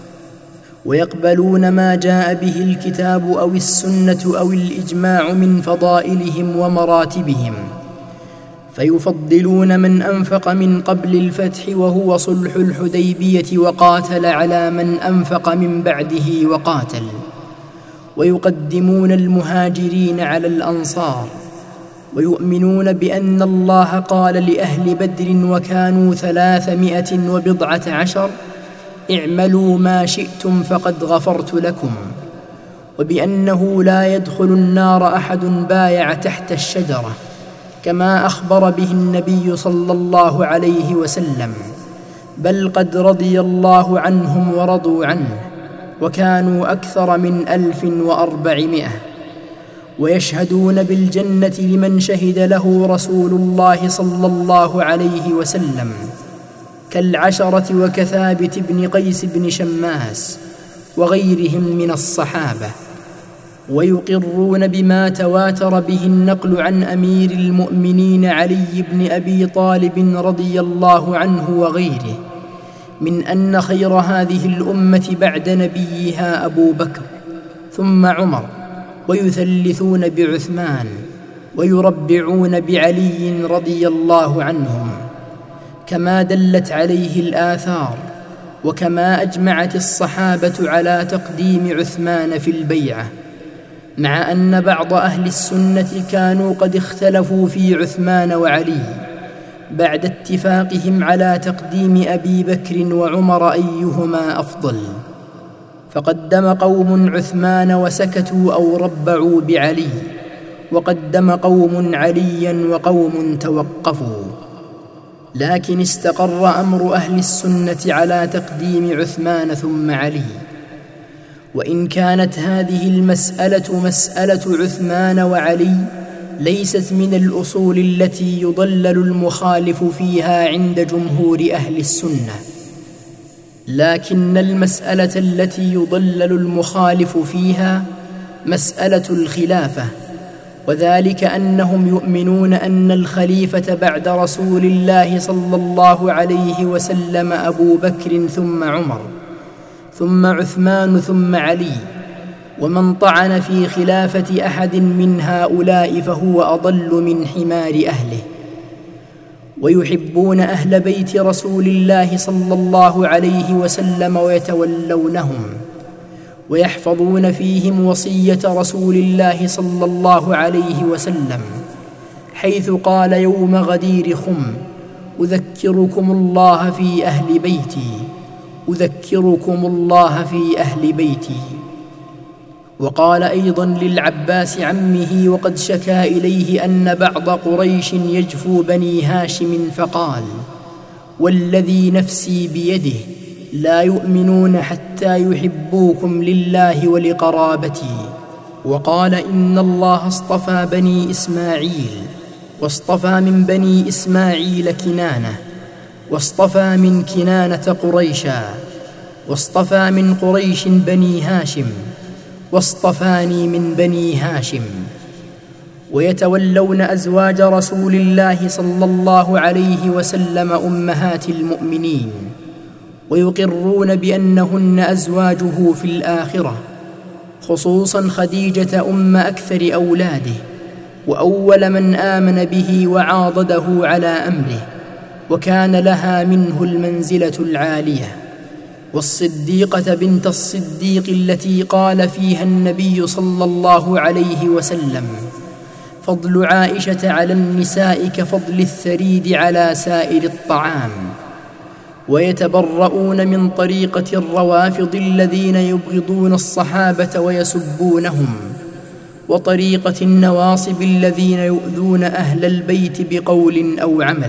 ويقبلون ما جاء به الكتاب أو السنة أو الإجماع من فضائلهم ومراتبهم، فيفضلون من أنفق من قبل الفتح وهو صلح الحديبية وقاتل على من أنفق من بعده وقاتل، ويقدمون المهاجرين على الأنصار، ويؤمنون بأن الله قال لأهل بدر وكانوا 319 اعملوا ما شئتم فقد غفرت لكم، وبأنه لا يدخل النار أحد بايع تحت الشجرة كما أخبر به النبي صلى الله عليه وسلم، بل قد رضي الله عنهم ورضوا عنه، وكانوا أكثر من 1400، ويشهدون بالجنة لمن شهد له رسول الله صلى الله عليه وسلم كالعشرة وكثابت بن قيس بن شماس وغيرهم من الصحابة، ويقرون بما تواتر به النقل عن أمير المؤمنين علي بن أبي طالب رضي الله عنه وغيره من أن خير هذه الأمة بعد نبيها أبو بكر ثم عمر، ويثلثون بعثمان، ويربعون بعلي رضي الله عنهم، كما دلت عليه الآثار، وكما أجمعت الصحابة على تقديم عثمان في البيعة، مع أن بعض أهل السنة كانوا قد اختلفوا في عثمان وعلي بعد اتفاقهم على تقديم أبي بكر وعمر أيهما أفضل، فقدم قوم عثمان وسكتوا أو ربعوا بعلي، وقدم قوم عليا وقوم توقفوا، لكن استقر أمر أهل السنة على تقديم عثمان ثم علي. وإن كانت هذه المسألة مسألة عثمان وعلي ليست من الأصول التي يضلل المخالف فيها عند جمهور أهل السنة، لكن المسألة التي يضلل المخالف فيها مسألة الخلافة، وذلك أنهم يؤمنون أن الخليفة بعد رسول الله صلى الله عليه وسلم أبو بكر ثم عمر ثم عثمان ثم علي، ومن طعن في خلافة أحد من هؤلاء فهو أضل من حمار أهله. ويحبون أهل بيت رسول الله صلى الله عليه وسلم ويتولونهم، ويحفظون فيهم وصية رسول الله صلى الله عليه وسلم، حيث قال يوم غدير خم: أذكركم الله في أهل بيتي، أذكركم الله في أهل بيتي. وقال أيضا للعباس عمه وقد شكا إليه أن بعض قريش يجفو بني هاشم فقال: والذي نفسي بيده لا يؤمنون حتى يحبوكم لله ولقرابتي. وقال: إن الله اصطفى بني إسماعيل، واصطفى من بني إسماعيل كنانة، واصطفى من كنانة قريشا، واصطفى من قريش بني هاشم، واصطفاني من بني هاشم. ويتولون أزواج رسول الله صلى الله عليه وسلم أمهات المؤمنين، ويقرون بأنهن أزواجه في الآخرة، خصوصا خديجة أم أكثر أولاده، وأول من آمن به وعاضده على أمره، وكان لها منه المنزلة العالية، والصديقة بنت الصديق التي قال فيها النبي صلى الله عليه وسلم: فضل عائشة على النساء كفضل الثريد على سائر الطعام. ويتبرؤون من طريقة الروافض الذين يبغضون الصحابة ويسبونهم، وطريقة النواصب الذين يؤذون أهل البيت بقول أو عمل،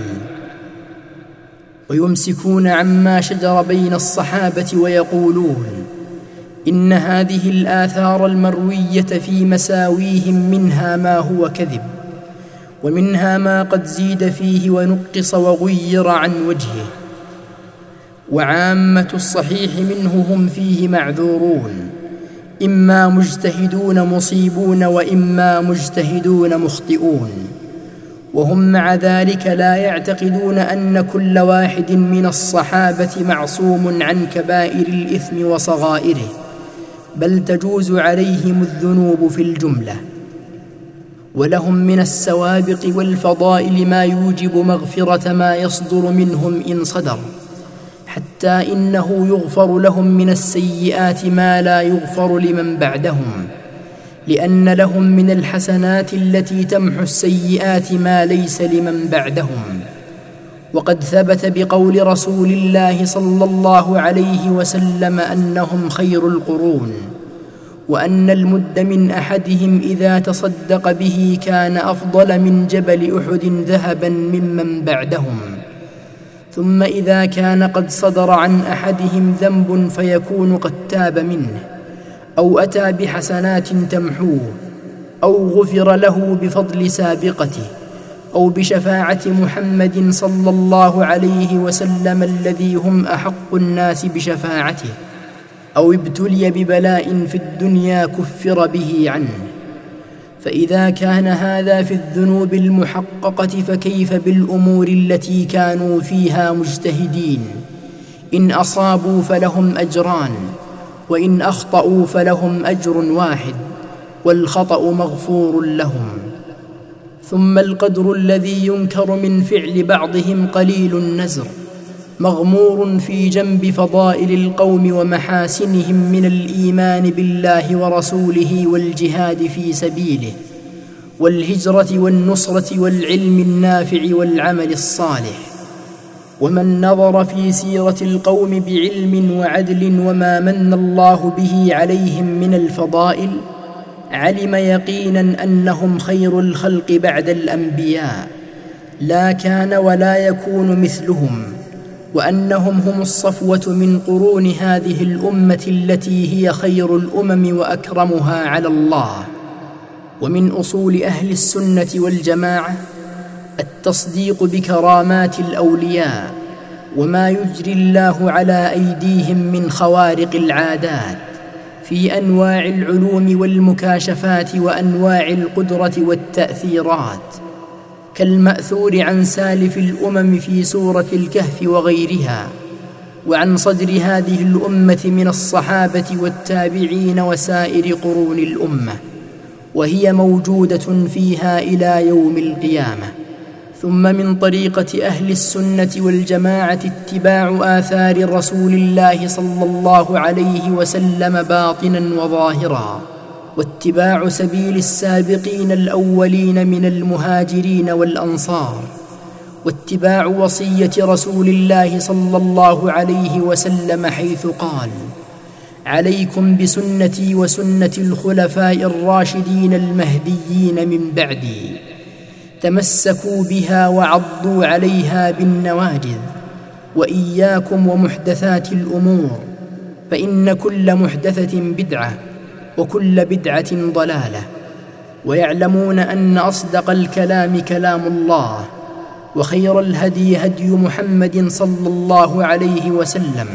ويمسكون عما شجر بين الصحابة ويقولون إن هذه الآثار المروية في مساويهم منها ما هو كذب، ومنها ما قد زيد فيه ونقص وغير عن وجهه، وعامة الصحيح منه هم فيه معذورون، إما مجتهدون مصيبون وإما مجتهدون مخطئون، وهم مع ذلك لا يعتقدون أن كل واحد من الصحابة معصوم عن كبائر الإثم وصغائره، بل تجوز عليهم الذنوب في الجملة. ولهم من السوابق والفضائل ما يوجب مغفرة ما يصدر منهم إن صدر، حتى إنه يغفر لهم من السيئات ما لا يغفر لمن بعدهم، لأن لهم من الحسنات التي تمحو السيئات ما ليس لمن بعدهم. وقد ثبت بقول رسول الله صلى الله عليه وسلم أنهم خير القرون، وأن المد من أحدهم إذا تصدق به كان أفضل من جبل أحد ذهبا ممن بعدهم. ثم إذا كان قد صدر عن أحدهم ذنب فيكون قد تاب منه، أو أتى بحسنات تمحوه، أو غفر له بفضل سابقته، أو بشفاعة محمد صلى الله عليه وسلم الذي هم أحق الناس بشفاعته، أو ابتلي ببلاء في الدنيا كفر به عنه. فإذا كان هذا في الذنوب المحققة فكيف بالأمور التي كانوا فيها مجتهدين؟ إن أصابوا فلهم أجران، وإن أخطأوا فلهم أجر واحد، والخطأ مغفور لهم. ثم القدر الذي ينكر من فعل بعضهم قليل النزر، مغمور في جنب فضائل القوم ومحاسنهم من الإيمان بالله ورسوله والجهاد في سبيله والهجرة والنصرة والعلم النافع والعمل الصالح. ومن نظر في سيرة القوم بعلم وعدل وما من الله به عليهم من الفضائل علم يقينا أنهم خير الخلق بعد الأنبياء، لا كان ولا يكون مثلهم، وأنهم هم الصفوة من قرون هذه الأمة التي هي خير الأمم وأكرمها على الله. ومن أصول أهل السنة والجماعة التصديق بكرامات الأولياء وما يجري الله على أيديهم من خوارق العادات في أنواع العلوم والمكاشفات وأنواع القدرة والتأثيرات، كالمأثور عن سالف الأمم في سورة الكهف وغيرها، وعن صدر هذه الأمة من الصحابة والتابعين وسائر قرون الأمة، وهي موجودة فيها إلى يوم القيامة. ثم من طريقة أهل السنة والجماعة اتباع آثار رسول الله صلى الله عليه وسلم باطنا وظاهرا، واتباع سبيل السابقين الأولين من المهاجرين والأنصار، واتباع وصية رسول الله صلى الله عليه وسلم حيث قال: عليكم بسنتي وسنة الخلفاء الراشدين المهديين من بعدي، تمسكوا بها وعضوا عليها بالنواجذ، وإياكم ومحدثات الأمور، فإن كل محدثة بدعة وكل بدعة ضلالة. ويعلمون أن أصدق الكلام كلام الله، وخير الهدي هدي محمد صلى الله عليه وسلم،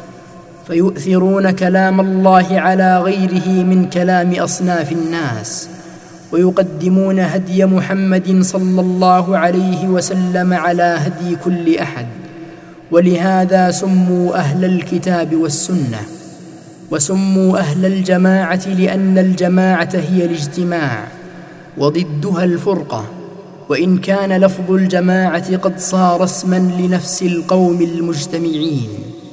فيؤثرون كلام الله على غيره من كلام أصناف الناس، ويقدمون هدي محمد صلى الله عليه وسلم على هدي كل أحد. ولهذا سموا أهل الكتاب والسنة، وسموا أهل الجماعة لأن الجماعة هي الاجتماع، وضدها الفرقة، وإن كان لفظ الجماعة قد صار اسما لنفس القوم المجتمعين.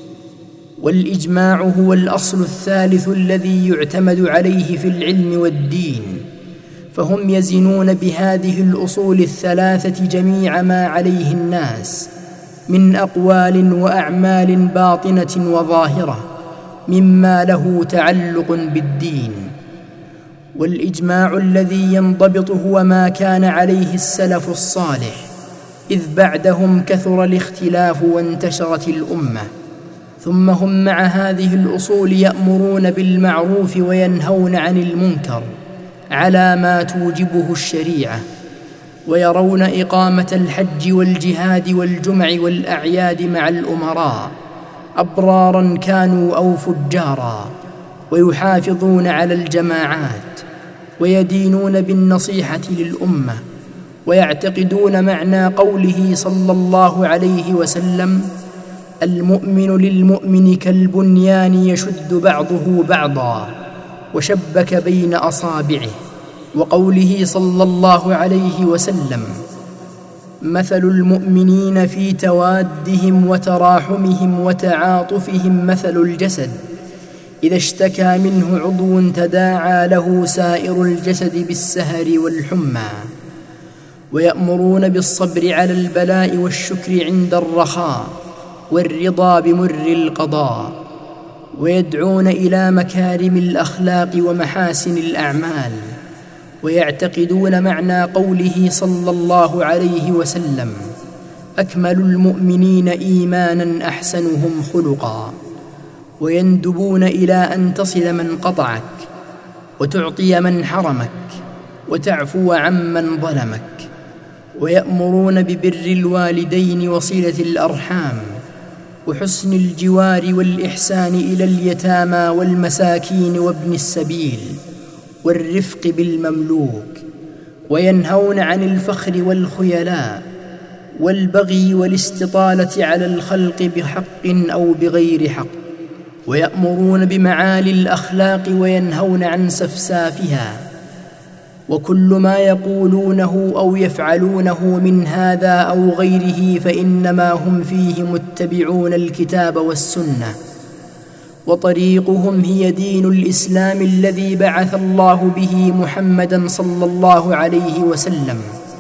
والإجماع هو الأصل الثالث الذي يعتمد عليه في العلم والدين، فهم يزنون بهذه الأصول الثلاثة جميع ما عليه الناس من أقوال وأعمال باطنة وظاهرة مما له تعلق بالدين. والإجماع الذي ينضبط هو ما كان عليه السلف الصالح، إذ بعدهم كثر الاختلاف وانتشرت الأمة. ثم هم مع هذه الأصول يأمرون بالمعروف وينهون عن المنكر على ما توجبه الشريعة، ويرون إقامة الحج والجهاد والجمع والأعياد مع الأمراء أبرارا كانوا أو فجارا، ويحافظون على الجماعات، ويدينون بالنصيحة للأمة، ويعتقدون معنى قوله صلى الله عليه وسلم: المؤمن للمؤمن كالبنيان يشد بعضه بعضا وشبك بين أصابعه، وقوله صلى الله عليه وسلم: مثل المؤمنين في توادهم وتراحمهم وتعاطفهم مثل الجسد إذا اشتكى منه عضو تداعى له سائر الجسد بالسهر والحمى. ويأمرون بالصبر على البلاء والشكر عند الرخاء والرضا بمر القضاء، ويدعون إلى مكارم الأخلاق ومحاسن الأعمال، ويعتقدون معنى قوله صلى الله عليه وسلم: أكمل المؤمنين إيمانا أحسنهم خلقا. ويندبون إلى أن تصل من قطعك، وتعطي من حرمك، وتعفو عمن ظلمك. ويأمرون ببر الوالدين وصلة الأرحام وحسن الجوار والإحسان إلى اليتامى والمساكين وابن السبيل والرفق بالمملوك. وينهون عن الفخر والخيلاء والبغي والاستطالة على الخلق بحق أو بغير حق. ويأمرون بمعالي الأخلاق وينهون عن سفسافها. وكل ما يقولونه أو يفعلونه من هذا أو غيره فإنما هم فيه متبعون الكتاب والسنة، وطريقهم هي دين الإسلام الذي بعث الله به محمدًا صلى الله عليه وسلم.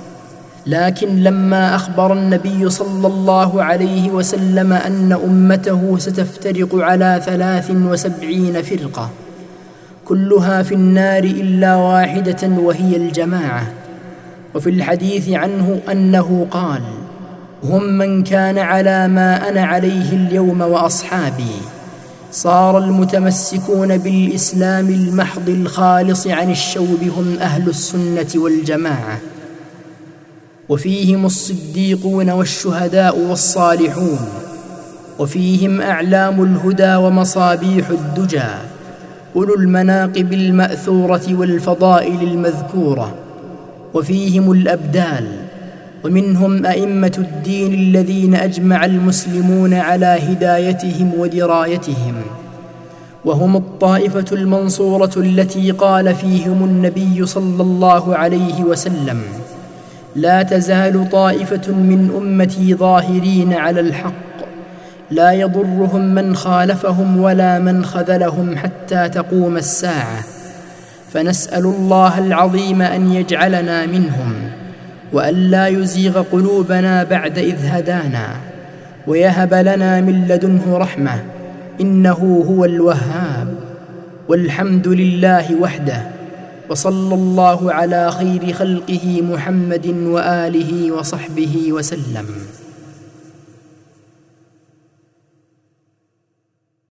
لكن لما أخبر النبي صلى الله عليه وسلم أن أمته ستفترق على 73 فرقة كلها في النار إلا واحدة وهي الجماعة، وفي الحديث عنه أنه قال: هم من كان على ما أنا عليه اليوم وأصحابي. صار المتمسكون بالإسلام المحض الخالص عن الشوب هم أهل السنة والجماعة، وفيهم الصديقون والشهداء والصالحون، وفيهم أعلام الهدى ومصابيح الدجى، أولو المناقب المأثورة والفضائل المذكورة، وفيهم الأبدال، ومنهم أئمة الدين الذين أجمع المسلمون على هدايتهم ودرايتهم، وهم الطائفة المنصورة التي قال فيهم النبي صلى الله عليه وسلم: لا تزال طائفة من أمتي ظاهرين على الحق لا يضرهم من خالفهم ولا من خذلهم حتى تقوم الساعة. فنسأل الله العظيم أن يجعلنا منهم، وأن لا يزيغ قلوبنا بعد إذ هدانا، ويهب لنا من لدنه رحمة، إنه هو الوهاب. والحمد لله وحده، وصلى الله على خير خلقه محمد وآله وصحبه وسلم.